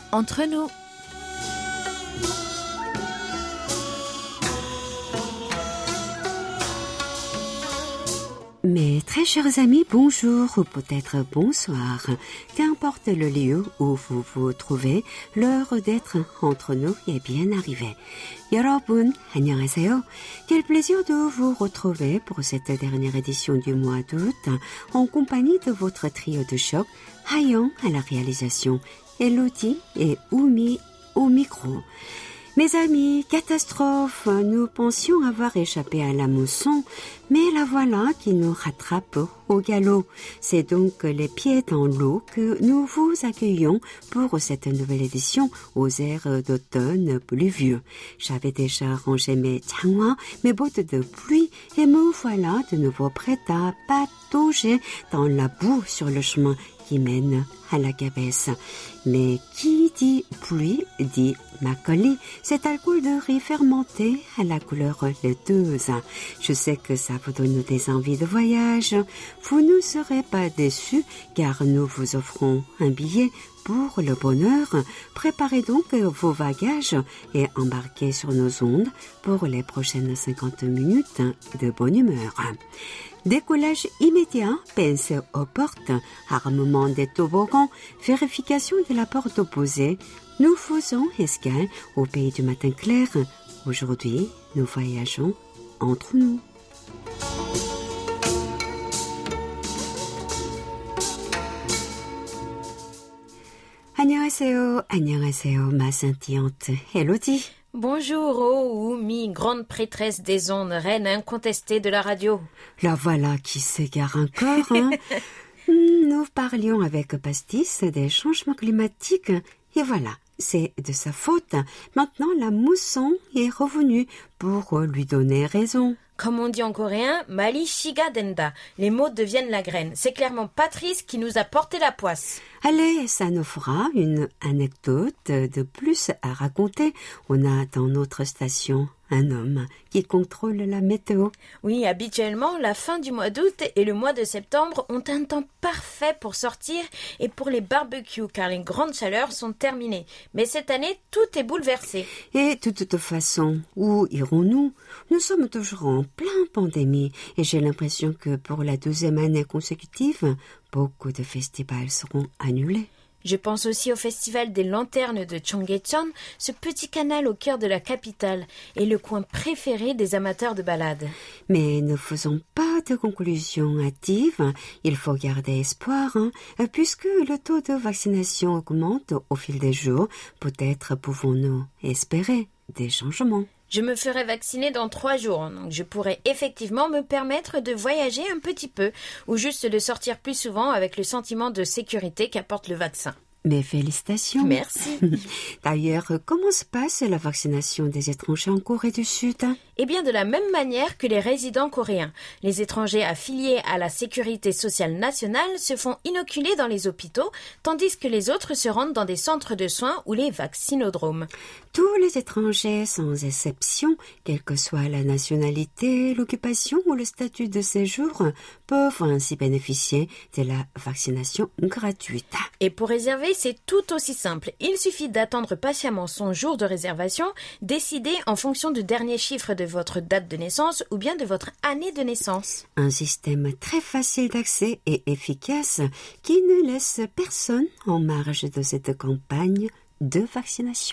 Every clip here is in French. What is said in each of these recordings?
entre nous. Mes très chers amis, bonjour ou peut-être bonsoir. Qu'importe le lieu où vous vous trouvez, l'heure d'être entre nous est bien arrivée. 여러분, 안녕하세요. Quel plaisir de vous retrouver pour cette dernière édition du mois d'août en compagnie de votre trio de choc, Hayon à la réalisation, Elodie et Oumi au micro. Mes amis, catastrophe, nous pensions avoir échappé à la mousson, mais la voilà qui nous rattrape au galop. C'est donc les pieds dans l'eau que nous vous accueillons pour cette nouvelle édition aux airs d'automne pluvieux. J'avais déjà rangé mes 장화, mes bottes de pluie, et me voilà de nouveau prête à patauger dans la boue sur le chemin qui mène à la Gabès. Mais qui dit pluie dit makgeolli, cet alcool de riz fermenté à la couleur laiteuse. Je sais que ça vous donne des envies de voyage. Vous ne serez pas déçus car nous vous offrons un billet pour le bonheur. Préparez donc vos bagages et embarquez sur nos ondes pour les prochaines 50 minutes de bonne humeur. Décollage immédiat, pince aux portes, armement des toboggans, vérification de la porte opposée. Nous faisons escale au pays du matin clair. Aujourd'hui, nous voyageons entre nous. 안녕하세요, 안녕하세요, ma scintillante Elodie. Bonjour, oh Oumi, grande prêtresse des ondes, reine incontestée de la radio. La voilà qui s'égare encore, hein. Nous parlions avec Pastis des changements climatiques et voilà, c'est de sa faute. Maintenant, la mousson est revenue pour lui donner raison. Comme on dit en coréen, Mali shiga denda. Les mots deviennent la graine. C'est clairement Patrice qui nous a porté la poisse. Allez, ça nous fera une anecdote de plus à raconter. On a dans notre station un homme qui contrôle la météo. Oui, habituellement, la fin du mois d'août et le mois de septembre ont un temps parfait pour sortir et pour les barbecues, car les grandes chaleurs sont terminées. Mais cette année, tout est bouleversé. Et de toute façon, où irons-nous? Nous sommes toujours en plein pandémie et j'ai l'impression que pour la 2e année consécutive, beaucoup de festivals seront annulés. Je pense aussi au festival des lanternes de Cheonggyecheon, ce petit canal au cœur de la capitale et le coin préféré des amateurs de balades. Mais ne faisons pas de conclusions hâtives, il faut garder espoir, puisque le taux de vaccination augmente au fil des jours, peut-être pouvons-nous espérer des changements. Je me ferai vacciner dans 3 jours, donc je pourrai effectivement me permettre de voyager un petit peu, ou juste de sortir plus souvent avec le sentiment de sécurité qu'apporte le vaccin. Mes félicitations. Merci. D'ailleurs, comment se passe la vaccination des étrangers en Corée du Sud? Eh bien, de la même manière que les résidents coréens. Les étrangers affiliés à la sécurité sociale nationale se font inoculer dans les hôpitaux, tandis que les autres se rendent dans des centres de soins ou les vaccinodromes. Tous les étrangers, sans exception, quelle que soit la nationalité, l'occupation ou le statut de séjour, peuvent ainsi bénéficier de la vaccination gratuite. Et pour réserver, c'est tout aussi simple. Il suffit d'attendre patiemment son jour de réservation, décider en fonction du dernier chiffre de votre date de naissance ou bien de votre année de naissance. Un système très facile d'accès et efficace qui ne laisse personne en marge de cette campagne de vaccination.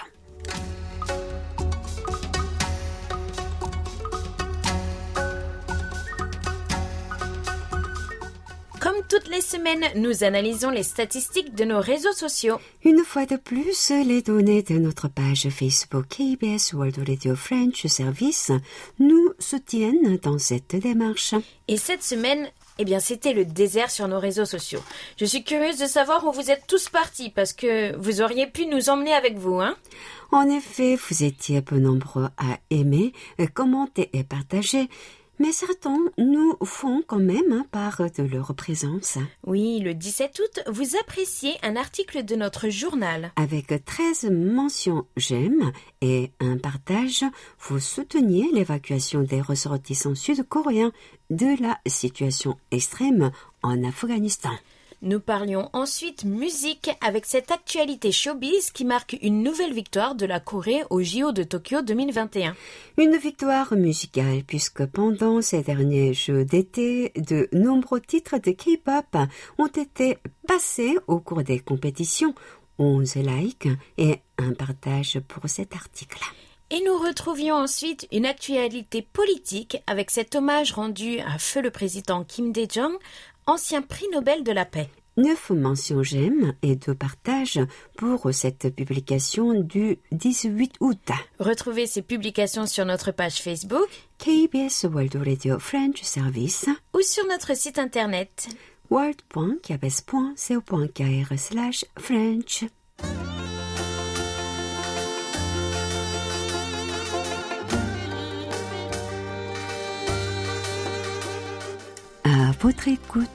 Comme toutes les semaines, nous analysons les statistiques de nos réseaux sociaux. Une fois de plus, les données de notre page Facebook KBS World Radio French Service nous soutiennent dans cette démarche. Et cette semaine, c'était le désert sur nos réseaux sociaux. Je suis curieuse de savoir où vous êtes tous partis parce que vous auriez pu nous emmener avec vous, hein? En effet, vous étiez peu nombreux à aimer, commenter et partager. Mais certains nous font quand même part de leur présence. Oui, le 17 août, vous appréciez un article de notre journal. Avec 13 mentions j'aime et un partage, vous souteniez l'évacuation des ressortissants sud-coréens de la situation extrême en Afghanistan. Nous parlions ensuite musique avec cette actualité showbiz qui marque une nouvelle victoire de la Corée au JO de Tokyo 2021. Une victoire musicale puisque pendant ces derniers Jeux d'été, de nombreux titres de K-pop ont été passés au cours des compétitions. 11 likes et un partage pour cet article. Et nous retrouvions ensuite une actualité politique avec cet hommage rendu à feu le président Kim Dae-jung, ancien prix Nobel de la paix. 9 mentions j'aime et 2 partages pour cette publication du 18 août. Retrouvez ces publications sur notre page Facebook KBS World Radio French Service ou sur notre site internet world.kbs.co.kr/French. À votre écoute.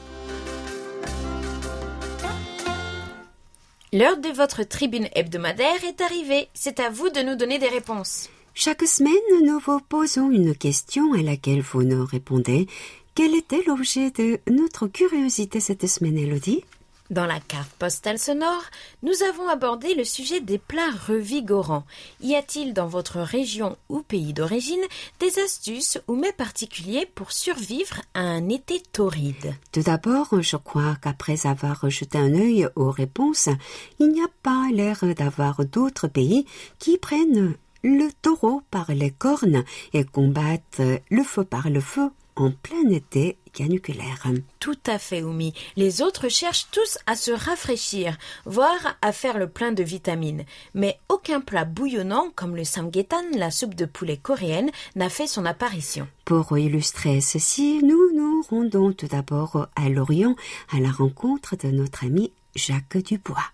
L'heure de votre tribune hebdomadaire est arrivée. C'est à vous de nous donner des réponses. Chaque semaine, nous vous posons une question à laquelle vous nous répondez. Quel était l'objet de notre curiosité cette semaine, Elodie? Dans la carte postale sonore, nous avons abordé le sujet des plats revigorants. Y a-t-il dans votre région ou pays d'origine des astuces ou mets particuliers pour survivre à un été torride? Tout d'abord, je crois qu'après avoir jeté un œil aux réponses, il n'y a pas l'air d'avoir d'autres pays qui prennent le taureau par les cornes et combattent le feu par le feu en plein été caniculaire. Tout à fait, Oumi. Les autres cherchent tous à se rafraîchir, voire à faire le plein de vitamines. Mais aucun plat bouillonnant comme le samgyetan, la soupe de poulet coréenne, n'a fait son apparition. Pour illustrer ceci, nous nous rendons tout d'abord à Lorient à la rencontre de notre ami Jacques Dubois.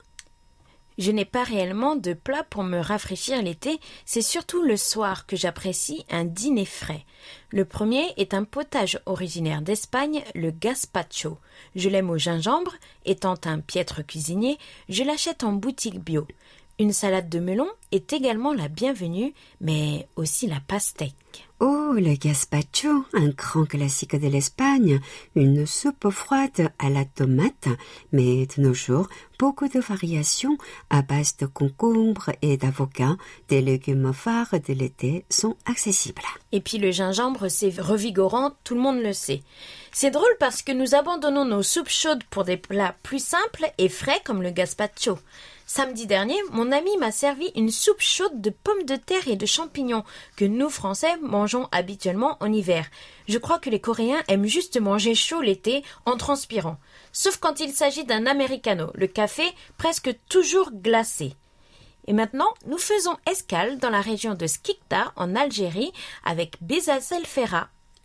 Je n'ai pas réellement de plat pour me rafraîchir l'été, c'est surtout le soir que j'apprécie un dîner frais. Le premier est un potage originaire d'Espagne, le gazpacho. Je l'aime au gingembre, étant un piètre cuisinier, je l'achète en boutique bio. Une salade de melon est également la bienvenue, mais aussi la pastèque. Oh, le gazpacho, un grand classique de l'Espagne, une soupe froide à la tomate, mais de nos jours, beaucoup de variations à base de concombre et d'avocat, des légumes phares de l'été sont accessibles. Et puis le gingembre, c'est revigorant, tout le monde le sait. C'est drôle parce que nous abandonnons nos soupes chaudes pour des plats plus simples et frais comme le gazpacho. Samedi dernier, mon ami m'a servi une soupe chaude de pommes de terre et de champignons que nous, Français, mangeons habituellement en hiver. Je crois que les Coréens aiment juste manger chaud l'été en transpirant. Sauf quand il s'agit d'un americano, le café presque toujours glacé. Et maintenant, nous faisons escale dans la région de Skikda, en Algérie, avec Bezazel Ferra.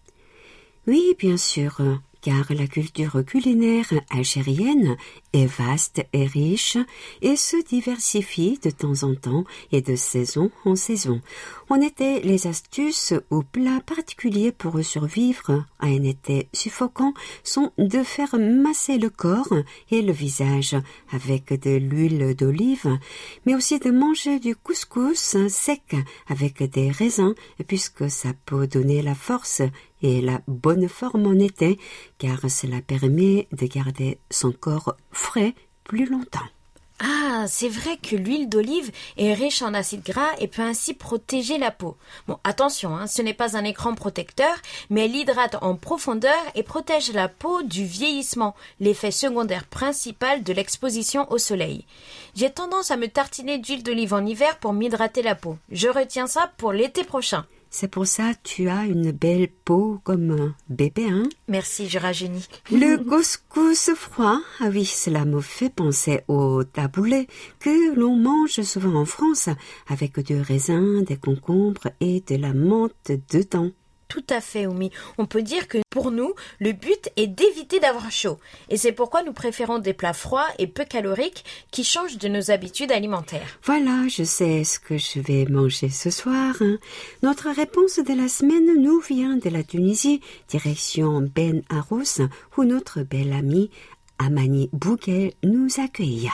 Oui, bien sûr, car la culture culinaire algérienne est vaste et riche et se diversifie de temps en temps et de saison en saison. En été, les astuces ou plats particuliers pour survivre à un été suffocant sont de faire masser le corps et le visage avec de l'huile d'olive, mais aussi de manger du couscous sec avec des raisins puisque ça peut donner la force et la bonne forme en été, car cela permet de garder son corps frais plus longtemps. Ah, c'est vrai que l'huile d'olive est riche en acides gras et peut ainsi protéger la peau. Bon, attention, ce n'est pas un écran protecteur, mais elle hydrate en profondeur et protège la peau du vieillissement, l'effet secondaire principal de l'exposition au soleil. J'ai tendance à me tartiner d'huile d'olive en hiver pour m'hydrater la peau. Je retiens ça pour l'été prochain. C'est pour ça que tu as une belle peau comme un bébé, hein? Merci, je rajeunis. Le couscous froid, ah oui, cela me fait penser au taboulé que l'on mange souvent en France avec du raisin, des concombres et de la menthe dedans. Tout à fait, Oumi. On peut dire que pour nous, le but est d'éviter d'avoir chaud. Et c'est pourquoi nous préférons des plats froids et peu caloriques qui changent de nos habitudes alimentaires. Voilà, je sais ce que je vais manger ce soir. Notre réponse de la semaine nous vient de la Tunisie, direction Ben Arous, où notre belle amie Amani Bouguel nous accueille.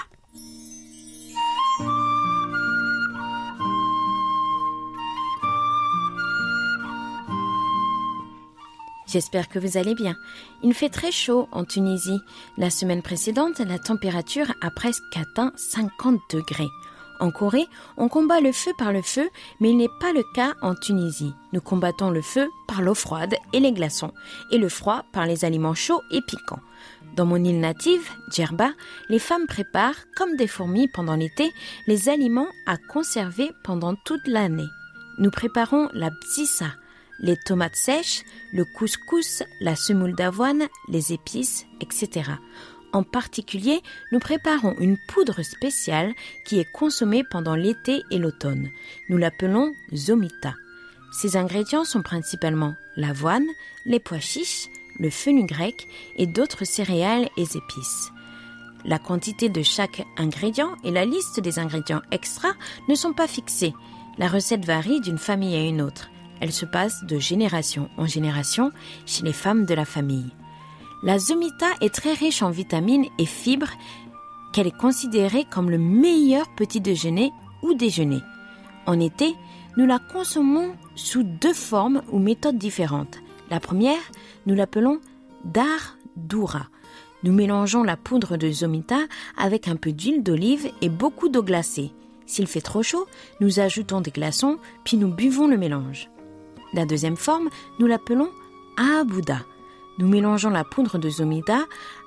J'espère que vous allez bien. Il fait très chaud en Tunisie. La semaine précédente, la température a presque atteint 50 degrés. En Corée, on combat le feu par le feu, mais il n'est pas le cas en Tunisie. Nous combattons le feu par l'eau froide et les glaçons, et le froid par les aliments chauds et piquants. Dans mon île native, Djerba, les femmes préparent, comme des fourmis pendant l'été, les aliments à conserver pendant toute l'année. Nous préparons la bzissa, les tomates sèches, le couscous, la semoule d'avoine, les épices, etc. En particulier, nous préparons une poudre spéciale qui est consommée pendant l'été et l'automne. Nous l'appelons zomita. Ces ingrédients sont principalement l'avoine, les pois chiches, le fenugrec et d'autres céréales et épices. La quantité de chaque ingrédient et la liste des ingrédients extra ne sont pas fixées. La recette varie d'une famille à une autre. Elle se passe de génération en génération chez les femmes de la famille. La zomita est très riche en vitamines et fibres qu'elle est considérée comme le meilleur petit déjeuner ou déjeuner. En été, nous la consommons sous 2 formes ou méthodes différentes. La première, nous l'appelons dar doura. Nous mélangeons la poudre de zomita avec un peu d'huile d'olive et beaucoup d'eau glacée. S'il fait trop chaud, nous ajoutons des glaçons, puis nous buvons le mélange. La deuxième forme, nous l'appelons abuda. Nous mélangeons la poudre de zomita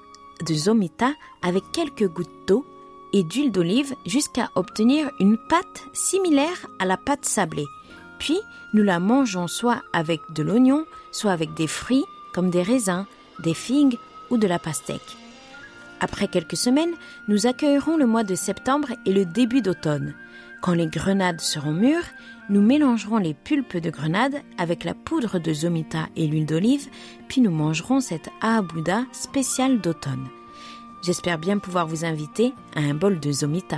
avec quelques gouttes d'eau et d'huile d'olive jusqu'à obtenir une pâte similaire à la pâte sablée. Puis, nous la mangeons soit avec de l'oignon, soit avec des fruits comme des raisins, des figues ou de la pastèque. Après quelques semaines, nous accueillerons le mois de septembre et le début d'automne. Quand les grenades seront mûres, nous mélangerons les pulpes de grenade avec la poudre de zomita et l'huile d'olive, puis nous mangerons cette abuda spéciale d'automne. J'espère bien pouvoir vous inviter à un bol de zomita.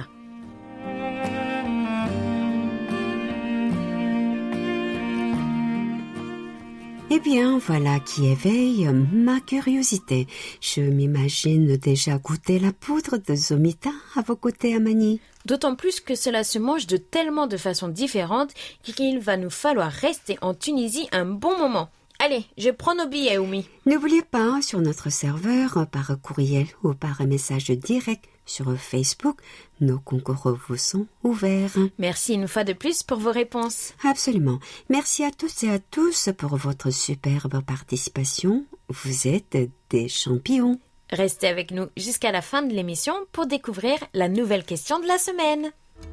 Eh bien, voilà qui éveille ma curiosité. Je m'imagine déjà goûter la poudre de zomita à vos côtés, Amani. D'autant plus que cela se mange de tellement de façons différentes qu'il va nous falloir rester en Tunisie un bon moment. Allez, je prends nos billets, Oumi. N'oubliez pas, sur notre serveur, par courriel ou par message direct sur Facebook, nos concours vous sont ouverts. Merci une fois de plus pour vos réponses. Absolument. Merci à toutes et à tous pour votre superbe participation. Vous êtes des champions. Restez avec nous jusqu'à la fin de l'émission pour découvrir la nouvelle question de la semaine.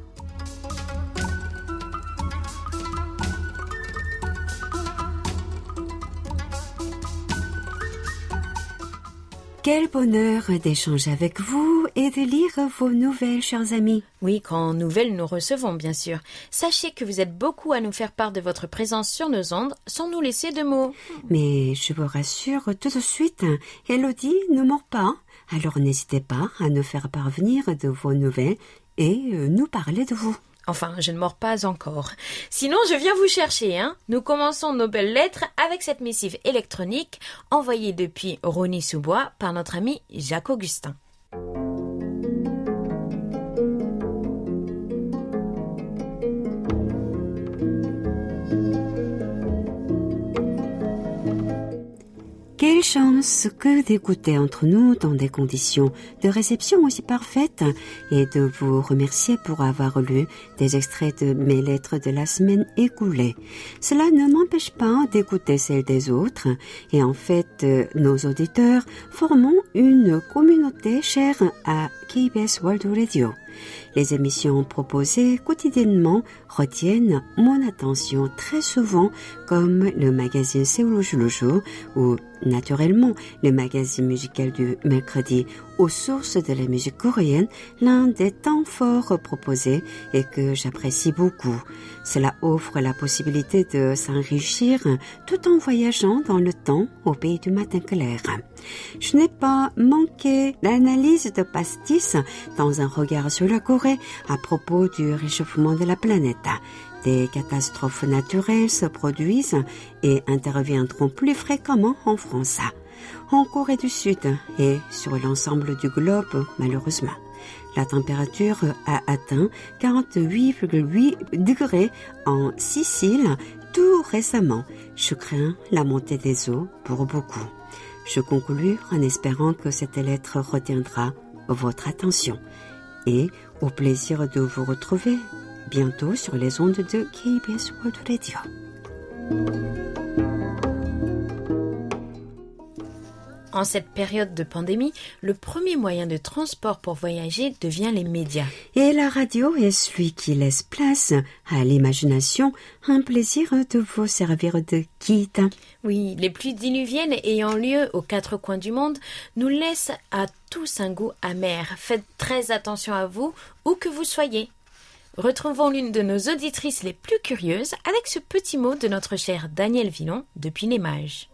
Quel bonheur d'échanger avec vous et de lire vos nouvelles, chers amis. Oui, quand nouvelles nous recevons, bien sûr. Sachez que vous êtes beaucoup à nous faire part de votre présence sur nos ondes sans nous laisser de mots. Mais je vous rassure tout de suite, Elodie ne mord pas. Alors n'hésitez pas à nous faire parvenir de vos nouvelles et nous parler de vous. Enfin, je ne mords pas encore. Sinon, je viens vous chercher, hein. Nous commençons nos belles lettres avec cette missive électronique envoyée depuis Rosny-sous-Bois par notre ami Jacques Augustin. Quelle chance que d'écouter entre nous dans des conditions de réception aussi parfaites et de vous remercier pour avoir lu des extraits de mes lettres de la semaine écoulée. Cela ne m'empêche pas d'écouter celles des autres et en fait, nos auditeurs formons une communauté chère à KBS World Radio. Les émissions proposées quotidiennement retiennent mon attention très souvent, comme le magazine Seoul le jour ou naturellement le magazine musical du mercredi aux sources de la musique coréenne, l'un des temps forts proposés et que j'apprécie beaucoup. Cela offre la possibilité de s'enrichir tout en voyageant dans le temps au pays du matin clair. Je n'ai pas manqué l'analyse de pastis dans un regard sur la Corée à propos du réchauffement de la planète. Des catastrophes naturelles se produisent et interviendront plus fréquemment en France, en Corée du Sud et sur l'ensemble du globe, malheureusement. La température a atteint 48,8 degrés en Sicile, Tout récemment, je crains la montée des eaux pour beaucoup. Je conclus en espérant que cette lettre retiendra votre attention et au plaisir de vous retrouver bientôt sur les ondes de KBS World Radio. En cette période de pandémie, le premier moyen de transport pour voyager devient les médias. Et la radio est celui qui laisse place à l'imagination, un plaisir de vous servir de guide. Oui, les pluies diluviennes ayant lieu aux quatre coins du monde nous laissent à tous un goût amer. Faites très attention à vous, où que vous soyez. Retrouvons l'une de nos auditrices les plus curieuses avec ce petit mot de notre cher Daniel Villon depuis les Mages.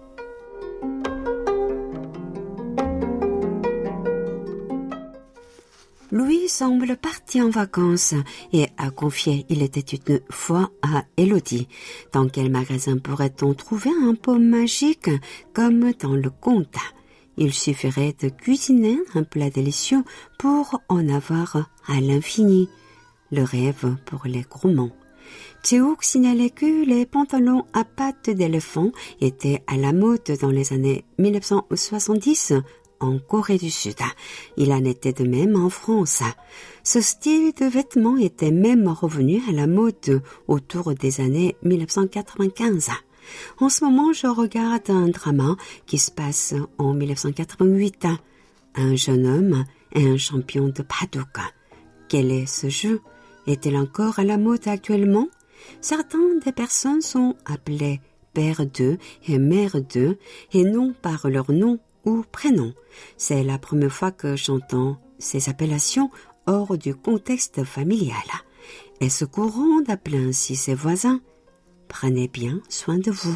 Louis semble parti en vacances et a confié il était une fois à Élodie. Dans quel magasin pourrait-on trouver un pot magique comme dans le conte? Il suffirait de cuisiner un plat délicieux pour en avoir à l'infini. Le rêve pour les gourmands. Théouk signalait que les pantalons à pattes d'éléphant étaient à la mode dans les années 1970 en Corée du Sud. Il en était de même en France. Ce style de vêtements était même revenu à la mode autour des années 1995. En ce moment, je regarde un drama qui se passe en 1988. Un jeune homme et un champion de Baduk. Quel est ce jeu? Est-il encore à la mode actuellement? Certaines des personnes sont appelées père d'eux et mère d'eux et non par leur nom ou prénom. C'est la première fois que j'entends ces appellations hors du contexte familial. Est-ce courant d'appeler ainsi ses voisins? Prenez bien soin de vous.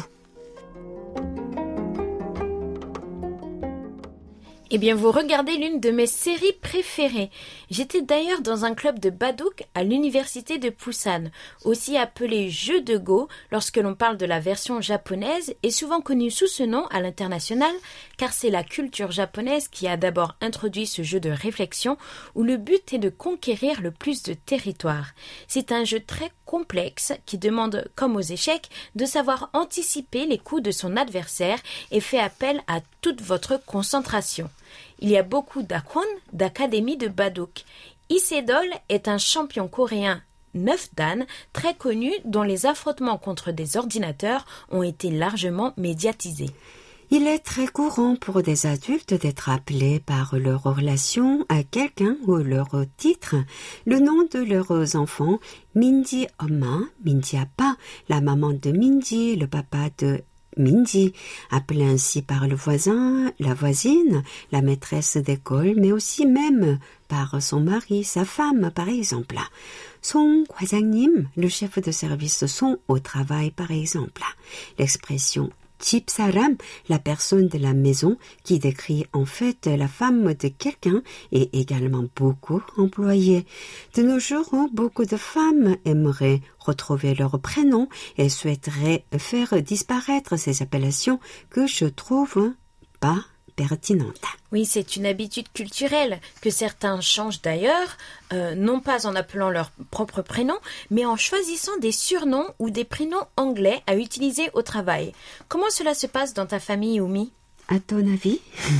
Eh bien, vous regardez l'une de mes séries préférées. J'étais d'ailleurs dans un club de Baduk à l'université de Busan, aussi appelé jeu de Go lorsque l'on parle de la version japonaise et souvent connu sous ce nom à l'international, car c'est la culture japonaise qui a d'abord introduit ce jeu de réflexion où le but est de conquérir le plus de territoire. C'est un jeu très complexe qui demande, comme aux échecs, de savoir anticiper les coups de son adversaire et fait appel à toute votre concentration. Il y a beaucoup d'akwon, d'académies de Baduk. Isedol est un champion coréen 9 dan très connu dont les affrontements contre des ordinateurs ont été largement médiatisés. Il est très courant pour des adultes d'être appelés par leur relation à quelqu'un ou leur titre, le nom de leurs enfants, Minji Oma, Minji Appa, la maman de Minji, le papa de Minji, appelé ainsi par le voisin, la voisine, la maîtresse d'école, mais aussi même par son mari, sa femme, par exemple. Son 과장님, le chef de service, son au travail, par exemple. L'expression 집사람, la personne de la maison, qui décrit en fait la femme de quelqu'un, est également beaucoup employée. De nos jours, beaucoup de femmes aimeraient retrouver leur prénom et souhaiteraient faire disparaître ces appellations que je trouve pas pertinentes. Oui, c'est une habitude culturelle que certains changent d'ailleurs, non pas en appelant leur propre prénom, mais en choisissant des surnoms ou des prénoms anglais à utiliser au travail. Comment cela se passe dans ta famille, Oumi? À ton avis?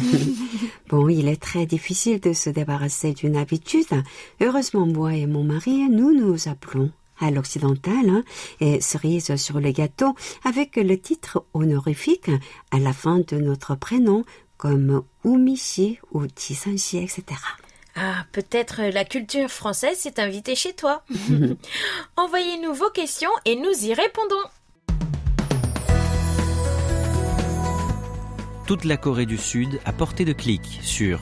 Bon, il est très difficile de se débarrasser d'une habitude. Heureusement, moi et mon mari, nous nous appelons à l'occidental, et cerise sur le gâteau avec le titre honorifique à la fin de notre prénom, comme Oumichi ou Jisanshi, etc. Ah, peut-être la culture française s'est invitée chez toi. Envoyez-nous vos questions et nous y répondons. Toute la Corée du Sud à portée de clic sur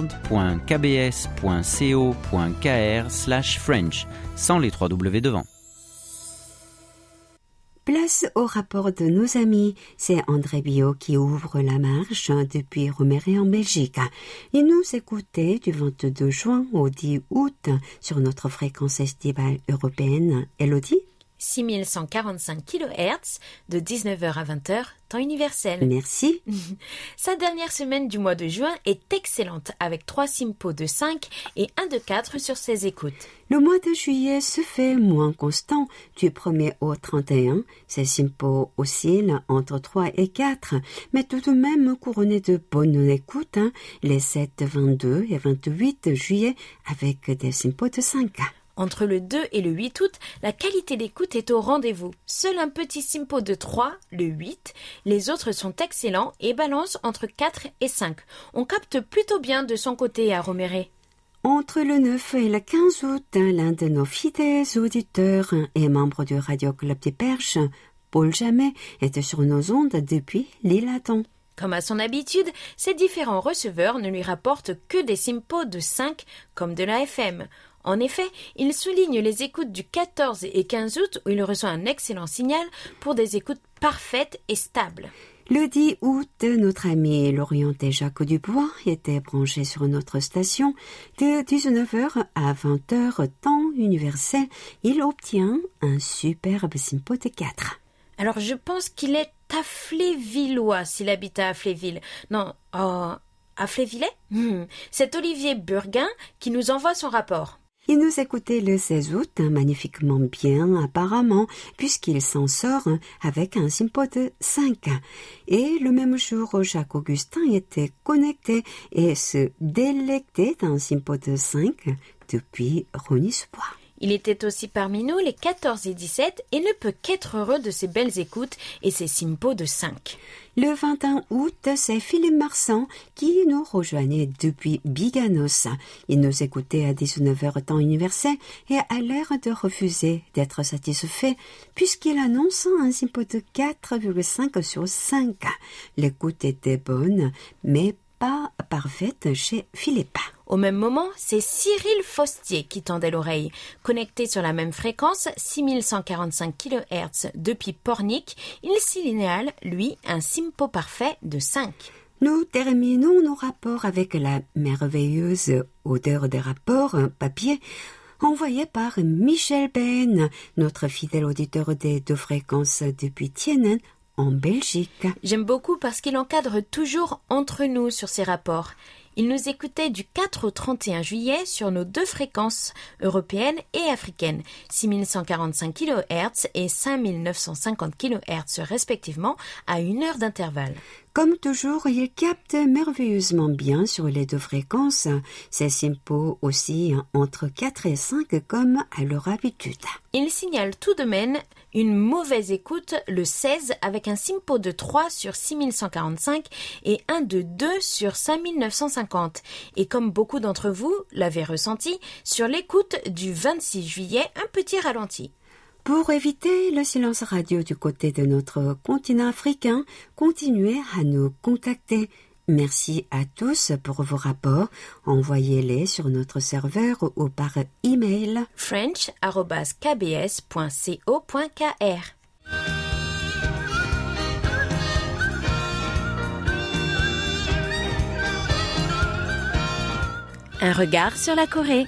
world.kbs.co.kr/French, sans les 3 W devant. Place au rapport de nos amis. C'est André Biot qui ouvre la marche depuis Roméré en Belgique. Il nous écoutait du 22 juin au 10 août sur notre fréquence estivale européenne. Élodie? 6145 kHz, de 19h à 20h, temps universel. Merci. Sa dernière semaine du mois de juin est excellente, avec 3 SINPO de 5 et 1 de 4 sur ses écoutes. Le mois de juillet se fait moins constant. Du 1er au 31, ces SINPO oscillent entre 3 et 4, mais tout de même couronné de bonnes écoutes, les 7, 22 et 28 juillet avec des SINPO de 5. Entre le 2 et le 8 août, la qualité d'écoute est au rendez-vous. Seul un petit SINPO de 3, le 8. Les autres sont excellents et balancent entre 4 et 5. On capte plutôt bien de son côté à Roméré. Entre le 9 et le 15 août, l'un de nos fidèles auditeurs et membre du Radio Club des Perches, Paul Jamet, était sur nos ondes depuis l'île Adam. Comme à son habitude, ces différents receveurs ne lui rapportent que des SINPO de 5 comme de la FM. En effet, il souligne les écoutes du 14 et 15 août où il reçoit un excellent signal pour des écoutes parfaites et stables. Le 10 août, notre ami l'orienté Jacques Dubois était branché sur notre station. De 19h à 20h, temps universel, il obtient un superbe SINPO de 4. Alors je pense qu'il est Afflévillois s'il habite à Affléville. Non, Afflévillais ? C'est Olivier Burguin qui nous envoie son rapport. Il nous écoutait le 16 août, magnifiquement bien apparemment, puisqu'il s'en sort avec un SINPO de 5. Et le même jour, Jacques Augustin était connecté et se délectait d'un SINPO de 5 depuis Rosny-sous-Bois. Il était aussi parmi nous les 14 et 17 et ne peut qu'être heureux de ses belles écoutes et ses SINPO de 5. Le 21 août, c'est Philippe Marsan qui nous rejoignait depuis Biganos. Il nous écoutait à 19h temps universel et a l'air de refuser d'être satisfait puisqu'il annonce un SINPO de 4,5 sur 5. L'écoute était bonne, mais pas parfaite chez Philippe. Au même moment, c'est Cyril Fostier qui tendait l'oreille. Connecté sur la même fréquence, 6145 kHz depuis Pornic, il signale, lui, un SINPO parfait de 5. Nous terminons nos rapports avec la merveilleuse odeur des rapports papier envoyé par Michel Ben, notre fidèle auditeur des 2 fréquences depuis Tienen, en Belgique. J'aime beaucoup parce qu'il encadre toujours entre nous sur ses rapports. Il nous écoutait du 4 au 31 juillet sur nos 2 fréquences européennes et africaines, 6145 kHz et 5950 kHz respectivement, à 1 heure d'intervalle. Comme toujours, il capte merveilleusement bien sur les 2 fréquences. Ses SINPO aussi entre 4 et 5 comme à leur habitude. Il signale tout de même une mauvaise écoute le 16 avec un SINPO de 3 sur 6145 et un de 2 sur 5950. Et comme beaucoup d'entre vous l'avaient ressenti, sur l'écoute du 26 juillet, un petit ralenti. Pour éviter le silence radio du côté de notre continent africain, continuez à nous contacter. Merci à tous pour vos rapports. Envoyez-les sur notre serveur ou par email french@kbs.co.kr. Un regard sur la Corée.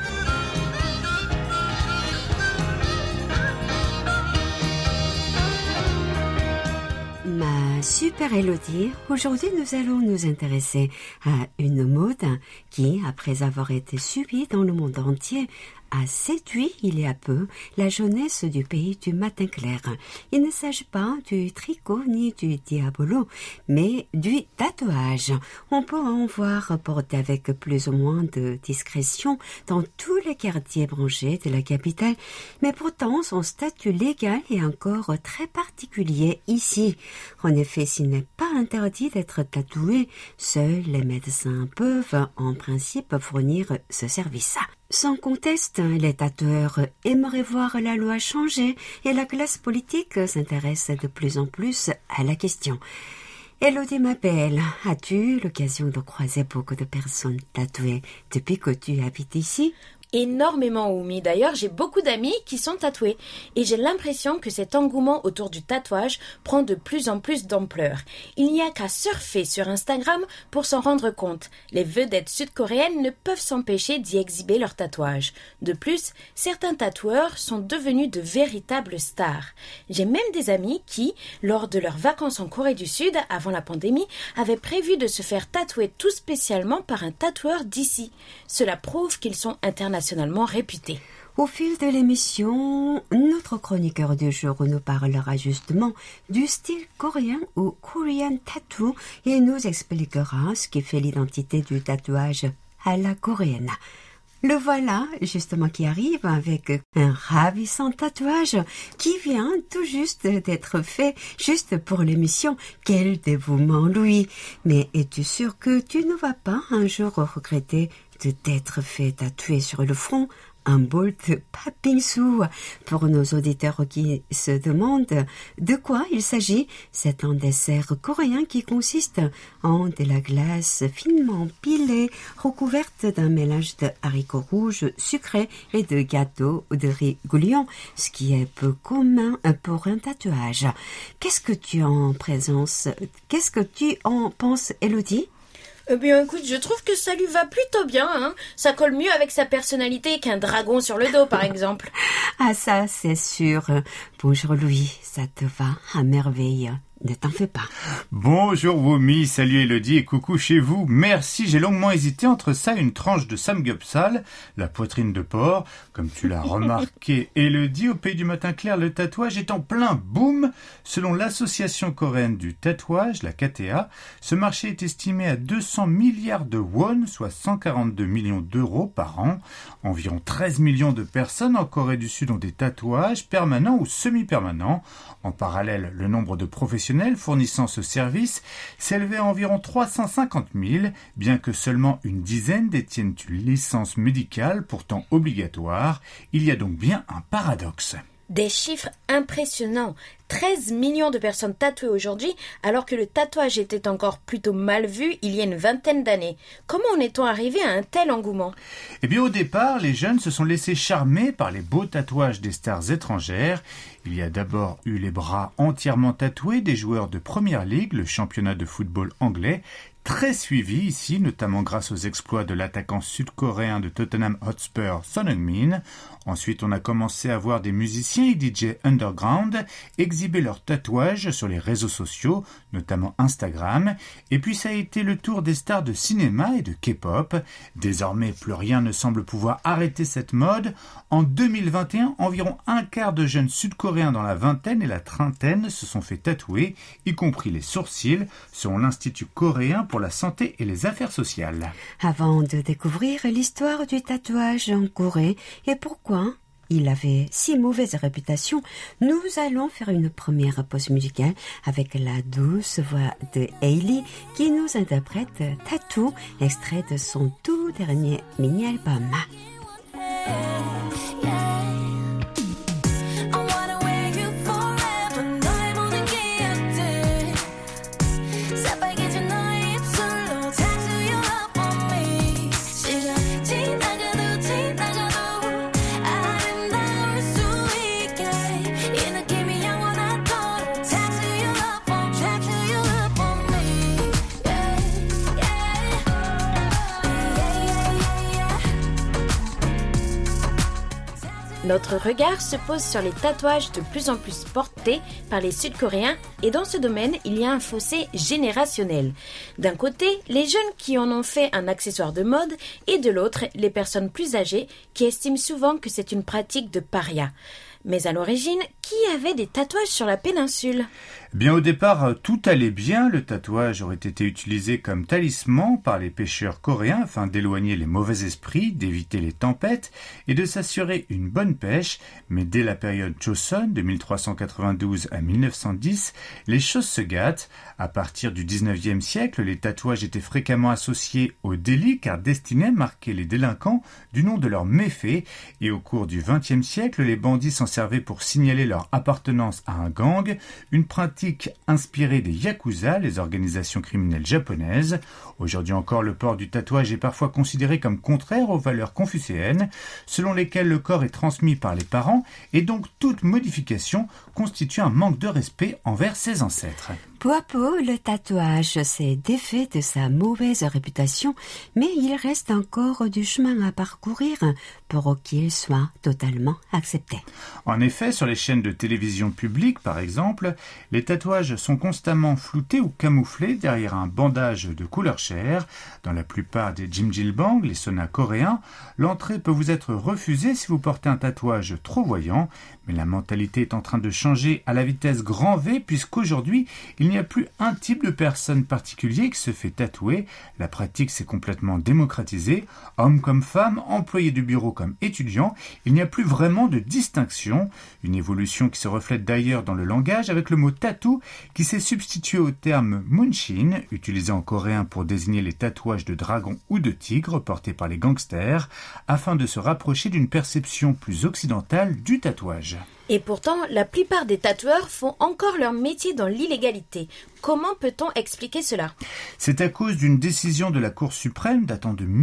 Ma super Elodie, aujourd'hui nous allons nous intéresser à une mode qui, après avoir été subie dans le monde entier, a séduit il y a peu la jeunesse du pays du matin clair. Il ne s'agit pas du tricot ni du diabolo, mais du tatouage. On peut en voir porté avec plus ou moins de discrétion dans tous les quartiers branchés de la capitale, mais pourtant son statut légal est encore très particulier ici. En effet, s'il n'est pas interdit d'être tatoué, seuls les médecins peuvent en principe fournir ce service. Sans conteste, les tatoueurs aimeraient voir la loi changer et la classe politique s'intéresse de plus en plus à la question. Elodie m'appelle. As-tu l'occasion de croiser beaucoup de personnes tatouées depuis que tu habites ici? Énormément, Oumi. D'ailleurs, j'ai beaucoup d'amis qui sont tatoués. Et j'ai l'impression que cet engouement autour du tatouage prend de plus en plus d'ampleur. Il n'y a qu'à surfer sur Instagram pour s'en rendre compte. Les vedettes sud-coréennes ne peuvent s'empêcher d'y exhiber leurs tatouages. De plus, certains tatoueurs sont devenus de véritables stars. J'ai même des amis qui, lors de leurs vacances en Corée du Sud, avant la pandémie, avaient prévu de se faire tatouer tout spécialement par un tatoueur d'ici. Cela prouve qu'ils sont internationalement réputés. Au fil de l'émission, notre chroniqueur du jour nous parlera justement du style coréen ou Korean tattoo et nous expliquera ce qui fait l'identité du tatouage à la coréenne. Le voilà, justement, qui arrive avec un ravissant tatouage qui vient tout juste d'être fait, juste pour l'émission. Quel dévouement, Louis! Mais es-tu sûr que tu ne vas pas un jour regretter de t'être fait tatouer sur le front un Bolt Papingsu? Pour nos auditeurs qui se demandent de quoi il s'agit, c'est un dessert coréen qui consiste en de la glace finement pilée, recouverte d'un mélange de haricots rouges sucrés et de gâteaux de riz goulion, ce qui est peu commun pour un tatouage. Qu'est-ce que tu en penses, Elodie? Eh bien, écoute, je trouve que ça lui va plutôt bien, hein. Ça colle mieux avec sa personnalité qu'un dragon sur le dos, par exemple. Ah, ça, c'est sûr. Bonjour, Louis. Ça te va à merveille. Ne t'en fais pas. Bonjour Womi, salut Elodie et coucou chez vous. Merci, j'ai longuement hésité entre ça et une tranche de samgyeopsal, la poitrine de porc. Comme tu l'as remarqué, Elodie, au pays du matin clair, le tatouage est en plein boom. Selon l'association coréenne du tatouage, la KTA, ce marché est estimé à 200 milliards de won, soit 142 millions d'euros par an. Environ 13 millions de personnes en Corée du Sud ont des tatouages permanents ou semi-permanents. En parallèle, le nombre de professionnels fournissant ce service s'élevait à environ 350 000, bien que seulement une dizaine détiennent une licence médicale pourtant obligatoire. Il y a donc bien un paradoxe. Des chiffres impressionnants. 13 millions de personnes tatouées aujourd'hui, alors que le tatouage était encore plutôt mal vu il y a une vingtaine d'années. Comment en est-on arrivé à un tel engouement? Eh bien, au départ, les jeunes se sont laissés charmer par les beaux tatouages des stars étrangères. Il y a d'abord eu les bras entièrement tatoués des joueurs de Première Ligue, le championnat de football anglais, très suivi ici, notamment grâce aux exploits de l'attaquant sud-coréen de Tottenham Hotspur, Son Heung-min. Ensuite, on a commencé à voir des musiciens et DJ underground exhiber leurs tatouages sur les réseaux sociaux, notamment Instagram. Et puis ça a été le tour des stars de cinéma et de K-pop. Désormais, plus rien ne semble pouvoir arrêter cette mode. En 2021, environ un quart de jeunes sud-coréens dans la vingtaine et la trentaine se sont fait tatouer, y compris les sourcils, selon l'Institut coréen pour la santé et les affaires sociales. Avant de découvrir l'histoire du tatouage en Corée et pourquoi il avait si mauvaise réputation, nous allons faire une première pause musicale avec la douce voix de Hailey qui nous interprète Tattoo, extrait de son tout dernier mini-album. Notre regard se pose sur les tatouages de plus en plus portés par les Sud-Coréens et dans ce domaine, il y a un fossé générationnel. D'un côté, les jeunes qui en ont fait un accessoire de mode et de l'autre, les personnes plus âgées qui estiment souvent que c'est une pratique de paria. Mais à l'origine, qui avait des tatouages sur la péninsule? Bien, au départ, tout allait bien. Le tatouage aurait été utilisé comme talisman par les pêcheurs coréens afin d'éloigner les mauvais esprits, d'éviter les tempêtes et de s'assurer une bonne pêche. Mais dès la période Joseon, de 1392 à 1910, les choses se gâtent. À partir du 19e siècle, les tatouages étaient fréquemment associés au délit car destinés à marquer les délinquants du nom de leurs méfaits. Et au cours du 20e siècle, les bandits s'en servaient pour signaler leur appartenance à un gang, une pratique pratique inspirée des Yakuza, les organisations criminelles japonaises. Aujourd'hui encore, le port du tatouage est parfois considéré comme contraire aux valeurs confucéennes, selon lesquelles le corps est transmis par les parents, et donc toute modification constitue un manque de respect envers ses ancêtres. Peu à peu, le tatouage s'est défait de sa mauvaise réputation, mais il reste encore du chemin à parcourir pour qu'il soit totalement accepté. En effet, sur les chaînes de télévision publiques, par exemple, les tatouages sont constamment floutés ou camouflés derrière un bandage de couleur chair. Dans la plupart des jjimjilbang, les saunas coréens, l'entrée peut vous être refusée si vous portez un tatouage trop voyant, mais la mentalité est en train de changer à la vitesse grand V, puisqu'aujourd'hui, il n'y a plus un type de personne particulier qui se fait tatouer. La pratique s'est complètement démocratisée. Hommes comme femmes, employés du bureau comme étudiants, il n'y a plus vraiment de distinction. Une évolution qui se reflète d'ailleurs dans le langage avec le mot tatou qui s'est substitué au terme munshin, utilisé en coréen pour désigner les tatouages de dragons ou de tigres portés par les gangsters, afin de se rapprocher d'une perception plus occidentale du tatouage. Et pourtant, la plupart des tatoueurs font encore leur métier dans l'illégalité. Comment peut-on expliquer cela ? C'est à cause d'une décision de la Cour suprême datant de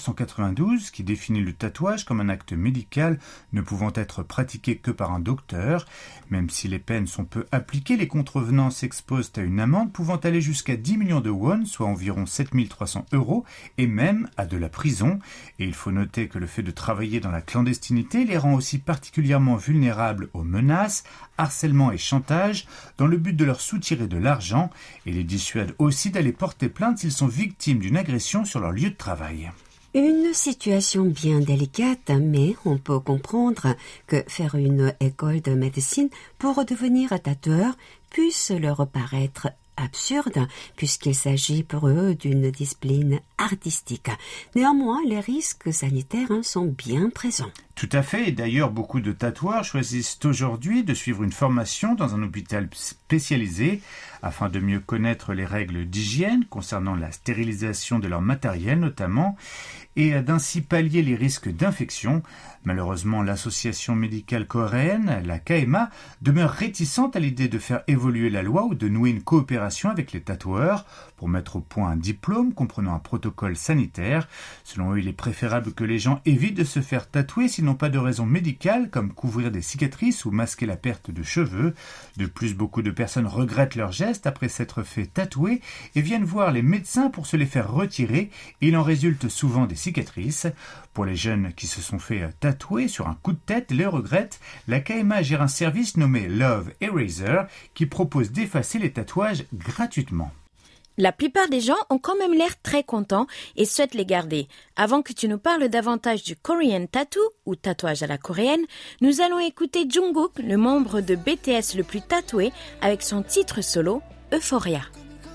1992 qui définit le tatouage comme un acte médical ne pouvant être pratiqué que par un docteur. Même si les peines sont peu appliquées, les contrevenants s'exposent à une amende pouvant aller jusqu'à 10 millions de won, soit environ 7 300 €, et même à de la prison. Et il faut noter que le fait de travailler dans la clandestinité les rend aussi particulièrement vulnérables aux menaces, harcèlement et chantage dans le but de leur soutirer de l'argent et les dissuade aussi d'aller porter plainte s'ils sont victimes d'une agression sur leur lieu de travail. Une situation bien délicate, mais on peut comprendre que faire une école de médecine pour devenir tatoueur puisse leur paraître absurde puisqu'il s'agit pour eux d'une discipline artistique. Néanmoins, les risques sanitaires sont bien présents. Tout à fait, et d'ailleurs beaucoup de tatoueurs choisissent aujourd'hui de suivre une formation dans un hôpital spécialisé afin de mieux connaître les règles d'hygiène concernant la stérilisation de leur matériel notamment et d'ainsi pallier les risques d'infection. Malheureusement, l'association médicale coréenne, la KMA, demeure réticente à l'idée de faire évoluer la loi ou de nouer une coopération avec les tatoueurs pour mettre au point un diplôme comprenant un protocole sanitaire. Selon eux, il est préférable que les gens évitent de se faire tatouer s'ils n'ont pas de raison médicale comme couvrir des cicatrices ou masquer la perte de cheveux. De plus, beaucoup de personnes regrettent leur geste après s'être fait tatouer et viennent voir les médecins pour se les faire retirer. Il en résulte souvent des cicatrices. Pour les jeunes qui se sont fait tatouer sur un coup de tête et le regrettent, la KMA gère un service nommé Love Eraser qui propose d'effacer les tatouages gratuitement. La plupart des gens ont quand même l'air très contents et souhaitent les garder. Avant que tu nous parles davantage du Korean Tattoo, ou tatouage à la coréenne, nous allons écouter Jungkook, le membre de BTS le plus tatoué, avec son titre solo, Euphoria.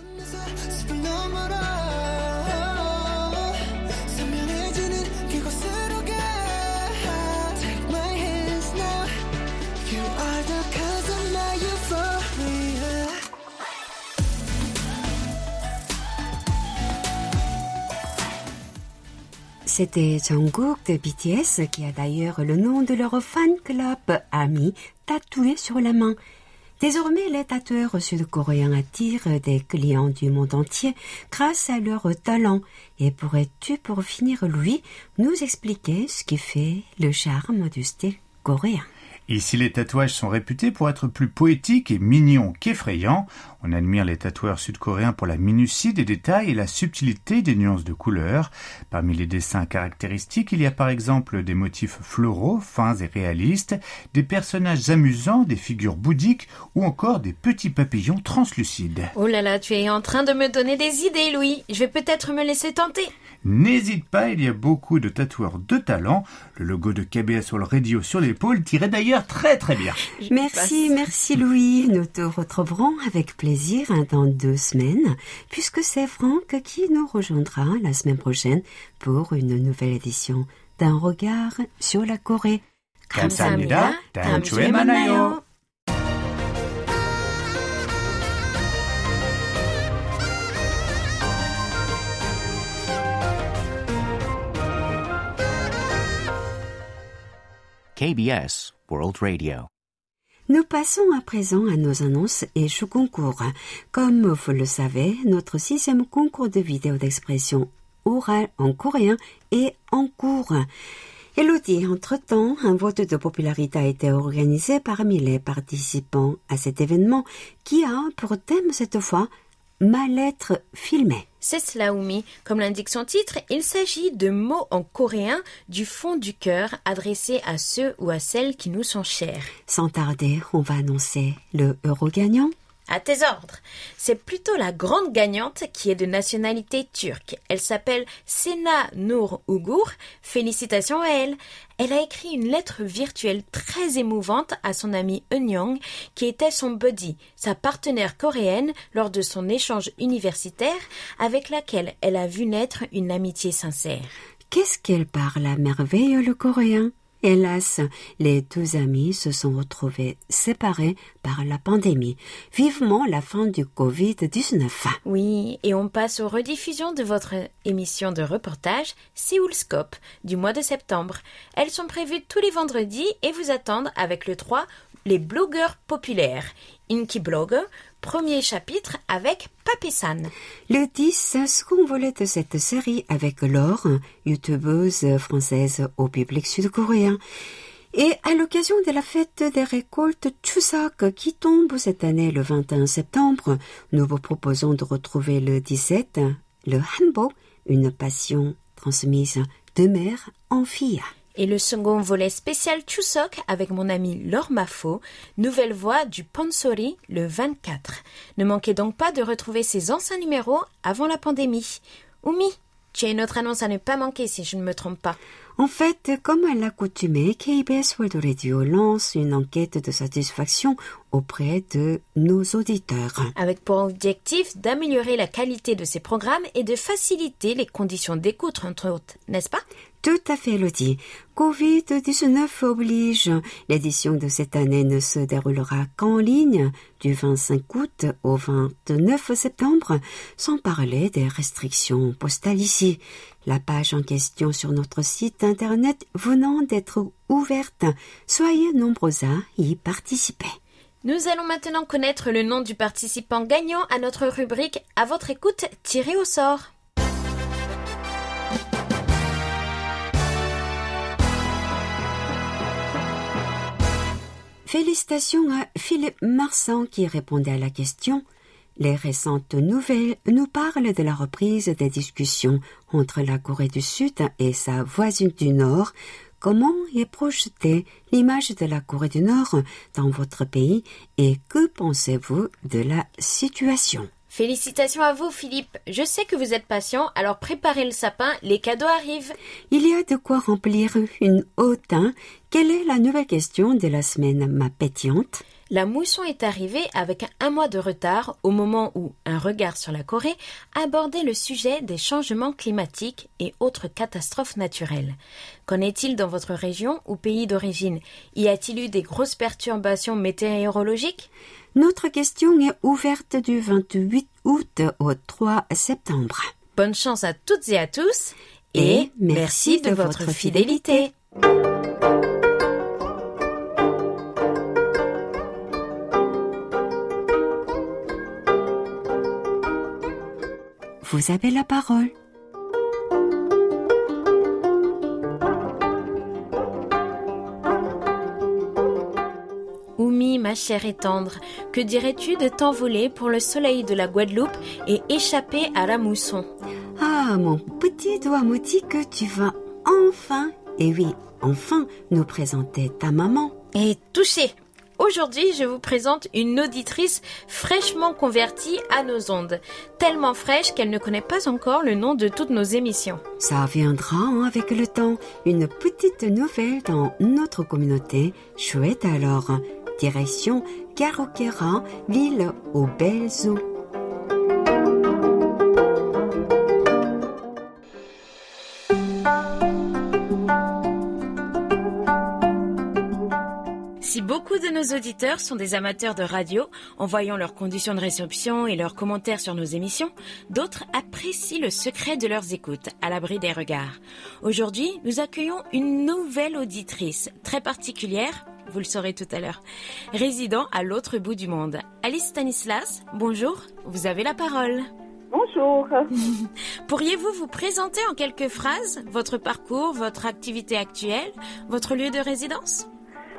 C'était Jungkook de BTS qui a d'ailleurs le nom de leur fan club ARMY tatoué sur la main. Désormais, les tatoueurs sud-coréens attirent des clients du monde entier grâce à leur talent. Et pourrais-tu, pour finir, Louis, nous expliquer ce qui fait le charme du style coréen ? Ici, les tatouages sont réputés pour être plus poétiques et mignons qu'effrayants. On admire les tatoueurs sud-coréens pour la minutie des détails et la subtilité des nuances de couleurs. Parmi les dessins caractéristiques, il y a par exemple des motifs floraux, fins et réalistes, des personnages amusants, des figures bouddhiques ou encore des petits papillons translucides. Oh là là, tu es en train de me donner des idées, Louis. Je vais peut-être me laisser tenter. N'hésite pas, il y a beaucoup de tatoueurs de talent. Le logo de KBS World Radio sur l'épaule tirait d'ailleurs très très bien. Merci Louis. Nous te retrouverons avec plaisir dans 2 semaines, puisque c'est Franck qui nous rejoindra la semaine prochaine pour une nouvelle édition d'un regard sur la Corée. 감사합니다. 다음 주에 만나요. KBS World Radio. Nous passons à présent à nos annonces et jeux concours. Comme vous le savez, notre 6e concours de vidéo d'expression orale en coréen est en cours. Elodie, entre-temps, un vote de popularité a été organisé parmi les participants à cet événement qui a pour thème cette fois « Ma lettre filmée ». C'est cela, Oumi. Comme l'indique son titre, il s'agit de mots en coréen du fond du cœur adressés à ceux ou à celles qui nous sont chers. Sans tarder, on va annoncer le euro gagnant. À tes ordres. C'est plutôt la grande gagnante qui est de nationalité turque. Elle s'appelle Sena Nur Ugur. Félicitations à elle. Elle a écrit une lettre virtuelle très émouvante à son amie Eunyoung, qui était son buddy, sa partenaire coréenne lors de son échange universitaire, avec laquelle elle a vu naître une amitié sincère. Qu'est-ce qu'elle parle à merveille le coréen? Hélas, les deux amis se sont retrouvés séparés par la pandémie. Vivement la fin du Covid-19. Oui, et on passe aux rediffusions de votre émission de reportage Séoulscope du mois de septembre. Elles sont prévues tous les vendredis et vous attendent avec le 3, les blogueurs populaires. Inki Blogger, premier chapitre avec Papisan. Le 10, second volet de cette série avec Laure, youtubeuse française au public sud-coréen. Et à l'occasion de la fête des récoltes Chuseok qui tombe cette année le 21 septembre, nous vous proposons de retrouver le 17, le Hanbo, une passion transmise de mère en fille. Et le second volet spécial Chuseok avec mon ami Laure Mafo, nouvelle voix du Pansori le 24. Ne manquez donc pas de retrouver ces anciens numéros avant la pandémie. Oumi, tu as une autre annonce à ne pas manquer si je ne me trompe pas. En fait, comme à l'accoutumée, KBS World Radio lance une enquête de satisfaction auprès de nos auditeurs. Avec pour objectif d'améliorer la qualité de ces programmes et de faciliter les conditions d'écoute, entre autres, n'est-ce pas? Tout à fait, Elodie. Covid-19 oblige. L'édition de cette année ne se déroulera qu'en ligne du 25 août au 29 septembre, sans parler des restrictions postales ici. La page en question sur notre site internet venant d'être ouverte. Soyez nombreux à y participer. Nous allons maintenant connaître le nom du participant gagnant à notre rubrique « À votre écoute, tiré au sort ». Félicitations à Philippe Marsan qui répondait à la question. Les récentes nouvelles nous parlent de la reprise des discussions entre la Corée du Sud et sa voisine du Nord. Comment est projetée l'image de la Corée du Nord dans votre pays et que pensez-vous de la situation? Félicitations à vous, Philippe. Je sais que vous êtes patient, alors préparez le sapin, les cadeaux arrivent. Il y a de quoi remplir une haute. Quelle est la nouvelle question de la semaine, ma pétillante? La mousson est arrivée avec un mois de retard au moment où Un regard sur la Corée abordait le sujet des changements climatiques et autres catastrophes naturelles. Qu'en est-il dans votre région ou pays d'origine? Y a-t-il eu des grosses perturbations météorologiques? Notre question est ouverte du 28 août au 3 septembre. Bonne chance à toutes et à tous et merci de votre fidélité. Vous avez la parole. Oumi, ma chère et tendre, que dirais-tu de t'envoler pour le soleil de la Guadeloupe et échapper à la mousson? Ah, mon petit doigt me dit que tu vas enfin, et oui, enfin, nous présenter ta maman. Et touché! Aujourd'hui, je vous présente une auditrice fraîchement convertie à nos ondes, tellement fraîche qu'elle ne connaît pas encore le nom de toutes nos émissions. Ça viendra avec le temps, une petite nouvelle dans notre communauté. Chouette alors, direction Garokera, ville aux belles eaux. Si beaucoup de nos auditeurs sont des amateurs de radio, en voyant leurs conditions de réception et leurs commentaires sur nos émissions, d'autres apprécient le secret de leurs écoutes, à l'abri des regards. Aujourd'hui, nous accueillons une nouvelle auditrice, très particulière, vous le saurez tout à l'heure. Résident à l'autre bout du monde. Alice Stanislas, bonjour, vous avez la parole. Bonjour. Pourriez-vous vous présenter en quelques phrases votre parcours, votre activité actuelle, votre lieu de résidence?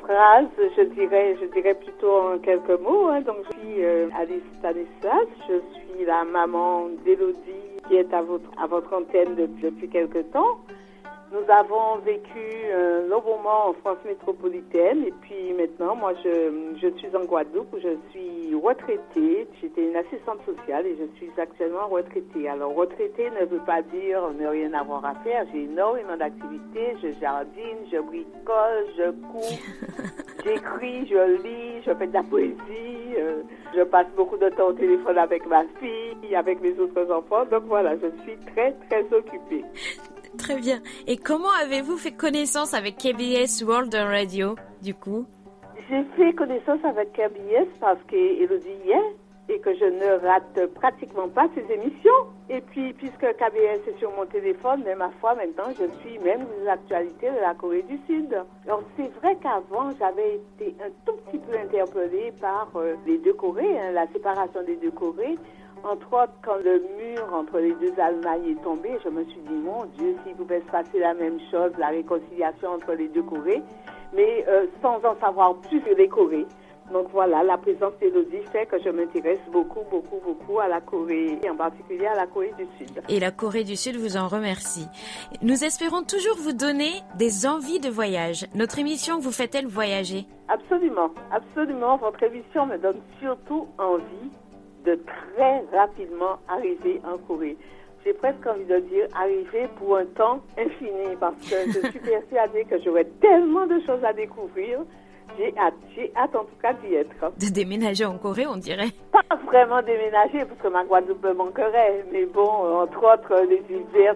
Je dirais plutôt en quelques mots. Donc, je suis Alice Stanislas, je suis la maman d'Élodie qui est à votre antenne depuis quelque temps. Nous avons vécu un long moment en France métropolitaine et puis maintenant, moi, je suis en Guadeloupe où je suis retraitée. J'étais une assistante sociale et je suis actuellement retraitée. Alors, retraitée ne veut pas dire ne rien avoir à faire. J'ai énormément d'activités. Je jardine, je bricole, je couds, j'écris, je lis, je fais de la poésie. Je passe beaucoup de temps au téléphone avec ma fille, avec mes autres enfants. Donc voilà, je suis très, très occupée. Très bien. Et comment avez-vous fait connaissance avec KBS World Radio, du coup? J'ai fait connaissance avec KBS parce qu'Élodie y est et que je ne rate pratiquement pas ses émissions. Et puis, puisque KBS est sur mon téléphone, mais ma foi, maintenant, je suis même les actualités de la Corée du Sud. Alors, c'est vrai qu'avant, j'avais été un tout petit peu interpellée par les deux Corées, la séparation des deux Corées. Entre autres, quand le mur entre les deux Allemagnes est tombé, je me suis dit, mon Dieu, s'il pouvait se passer la même chose, la réconciliation entre les deux Corées, mais sans en savoir plus sur les Corées. Donc voilà, la présence d'Élodie fait que je m'intéresse beaucoup à la Corée, et en particulier à la Corée du Sud. Et la Corée du Sud vous en remercie. Nous espérons toujours vous donner des envies de voyage. Notre émission vous fait-elle voyager? Absolument, absolument. Votre émission me donne surtout envie de très rapidement arriver en Corée. J'ai presque envie de dire arriver pour un temps infini parce que je suis persuadée que j'aurai tellement de choses à découvrir. J'ai hâte en tout cas d'y être. De déménager en Corée, on dirait. Pas vraiment déménager parce que ma Guadeloupe me manquerait. Mais bon, entre autres, les hivers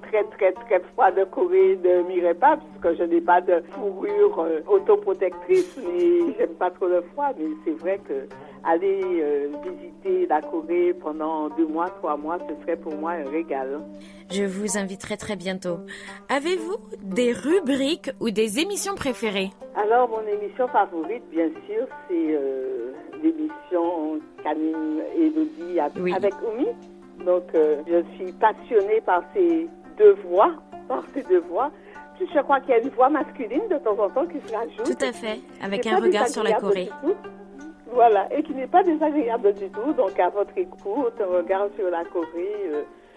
très froids de Corée ne m'iraient pas puisque je n'ai pas de fourrure autoprotectrice. Mais j'aime pas trop le froid. Mais c'est vrai que aller visiter la Corée pendant 2 mois, 3 mois, ce serait pour moi un régal. Je vous inviterai très bientôt. Avez-vous des rubriques ou des émissions préférées? Alors, mon émission favorite, bien sûr, c'est l'émission qu'anime Élodie avec Oumi. Donc, je suis passionnée par ces deux voix. Je crois qu'il y a une voix masculine de temps en temps qui se rajoute. Tout à fait, avec un regard sur la Corée. Voilà, et qui n'est pas désagréable du tout. Donc, à votre écoute, un regard sur la Corée.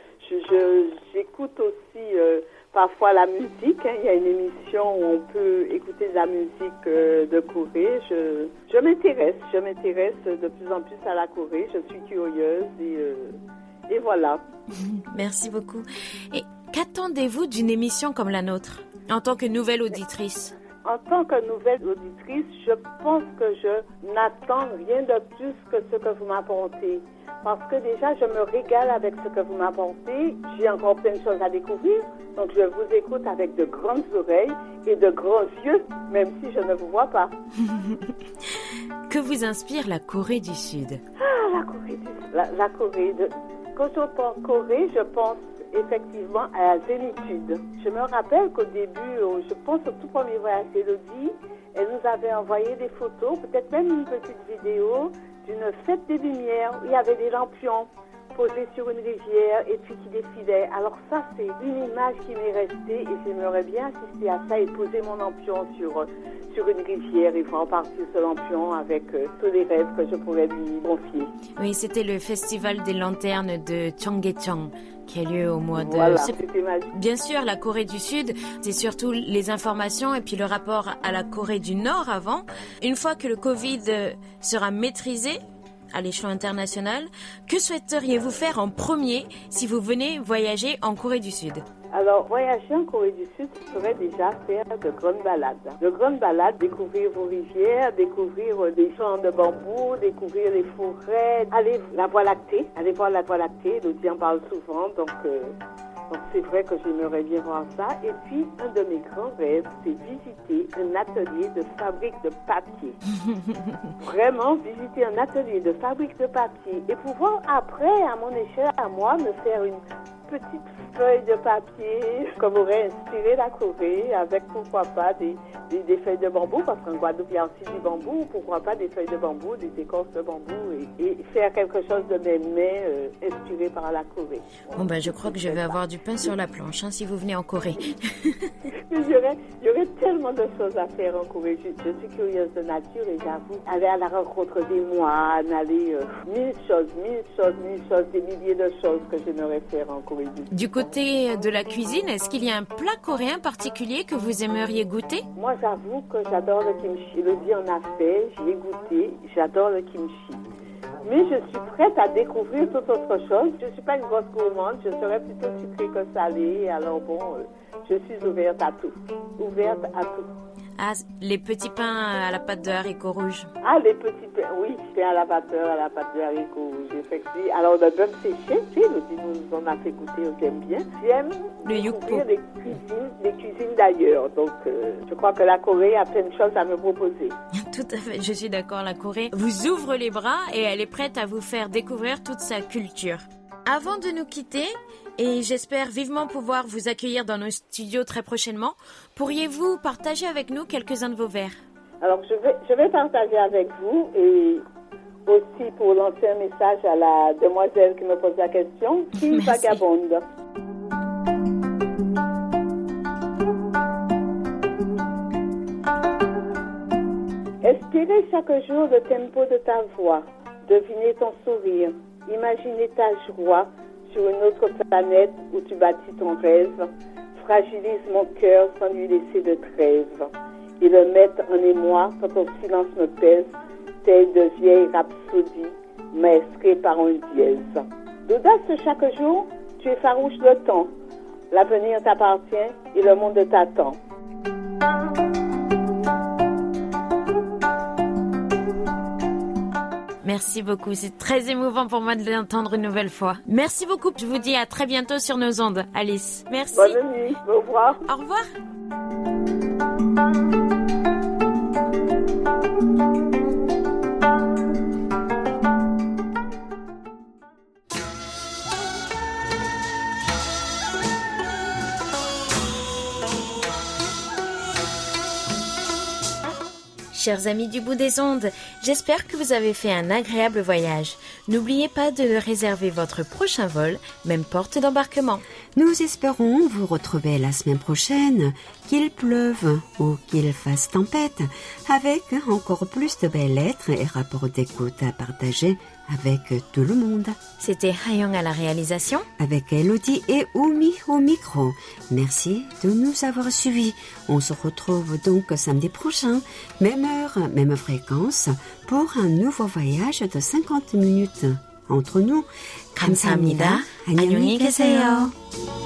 J'écoute aussi parfois la musique. Il y a une émission où on peut écouter de la musique de Corée. Je m'intéresse de plus en plus à la Corée. Je suis curieuse et voilà. Merci beaucoup. Et qu'attendez-vous d'une émission comme la nôtre, en tant que nouvelle auditrice? En tant que nouvelle auditrice, je pense que je n'attends rien de plus que ce que vous m'apportez. Parce que déjà, je me régale avec ce que vous m'apportez. J'ai encore plein de choses à découvrir. Donc, je vous écoute avec de grandes oreilles et de grands yeux, même si je ne vous vois pas. Que vous inspire la Corée du Sud? La Corée du Sud. La Corée. Quand j'entends Corée, je pense effectivement à la zénitude. Je me rappelle qu'au début, je pense au tout premier voyage d'Élodie, elle nous avait envoyé des photos, peut-être même une petite vidéo d'une fête des Lumières où il y avait des lampions posés sur une rivière et puis qui défilaient. Alors ça, c'est une image qui m'est restée et j'aimerais bien assister à ça et poser mon lampion sur une rivière et voir partir ce lampion avec tous les rêves que je pourrais lui confier. Oui, c'était le festival des lanternes de Cheonggyecheon qui a lieu au mois de... Voilà, c'était magique. Bien sûr, la Corée du Sud, c'est surtout les informations et puis le rapport à la Corée du Nord avant. Une fois que le Covid sera maîtrisé à l'échelon international, que souhaiteriez-vous faire en premier si vous venez voyager en Corée du Sud? Alors, voyager en Corée du Sud, ce serait déjà faire de grandes balades. De grandes balades, découvrir vos rivières, découvrir des champs de bambou, découvrir les forêts, aller voir la Voie lactée, Élodie en parle souvent, donc c'est vrai que j'aimerais bien voir ça. Et puis, un de mes grands rêves, c'est visiter un atelier de fabrique de papier. Vraiment, visiter un atelier de fabrique de papier et pouvoir après, à mon échelle, à moi, me faire une petite feuille de papier qui m'aurait inspiré la Corée avec, pourquoi pas, des des feuilles de bambou, parce qu'en Guadeloupe, il y a aussi du bambou. Pourquoi pas des feuilles de bambou, des écorces de bambou et faire quelque chose de mes mains inspiré par la Corée. Bon, je crois que je vais avoir du pain sur la planche si vous venez en Corée. J'aurais tellement de choses à faire en Corée. Je suis curieuse de nature et j'avoue, aller à la rencontre des moines, aller mille choses, des milliers de choses que j'aimerais faire en Corée du Sud. Du côté de la cuisine, est-ce qu'il y a un plat coréen particulier que vous aimeriez goûter? Moi, j'avoue que j'adore le kimchi. Elodie en a fait, j'y ai goûté, j'adore le kimchi. Mais je suis prête à découvrir toute autre chose. Je ne suis pas une grosse gourmande, je serais plutôt sucrée que salée. Alors je suis ouverte à tout. Ah, les petits pains à la pâte de haricots rouges. Ah, les petits pains, oui, pains à la pâte de haricots rouges, effectivement. Alors, le bœuf séché, nous en a fait goûter, on aime bien. J'aime découvrir les cuisines d'ailleurs. Donc, je crois que la Corée a plein de choses à me proposer. Tout à fait, je suis d'accord. La Corée vous ouvre les bras et elle est prête à vous faire découvrir toute sa culture. Avant de nous quitter, et j'espère vivement pouvoir vous accueillir dans nos studios très prochainement, pourriez-vous partager avec nous quelques-uns de vos vers? Alors, je vais partager avec vous et aussi pour lancer un message à la demoiselle qui me pose la question, qui vagabonde. Espérez chaque jour le tempo de ta voix, devinez ton sourire, imaginez ta joie sur une autre planète où tu bâtis ton rêve, fragilise mon cœur sans lui laisser de trêve, et le mettre en émoi quand ton silence me pèse, telle de vieille rhapsodie, maestrée par un dièse. D'audace chaque jour, tu effarouches le temps, l'avenir t'appartient et le monde t'attend. Merci beaucoup, c'est très émouvant pour moi de l'entendre une nouvelle fois. Merci beaucoup, je vous dis à très bientôt sur nos ondes, Alice. Merci. Bonne nuit, au revoir. Au revoir. Chers amis du bout des ondes, j'espère que vous avez fait un agréable voyage. N'oubliez pas de réserver votre prochain vol, même porte d'embarquement. Nous espérons vous retrouver la semaine prochaine, qu'il pleuve ou qu'il fasse tempête, avec encore plus de belles lettres et rapports d'écoute à partager avec tout le monde. C'était Hayong à la réalisation. Avec Elodie et Oumi au micro. Merci de nous avoir suivis. On se retrouve donc samedi prochain, même heure, même fréquence, pour un nouveau voyage de 50 minutes. Entre nous, 감사합니다. 안녕히 계세요.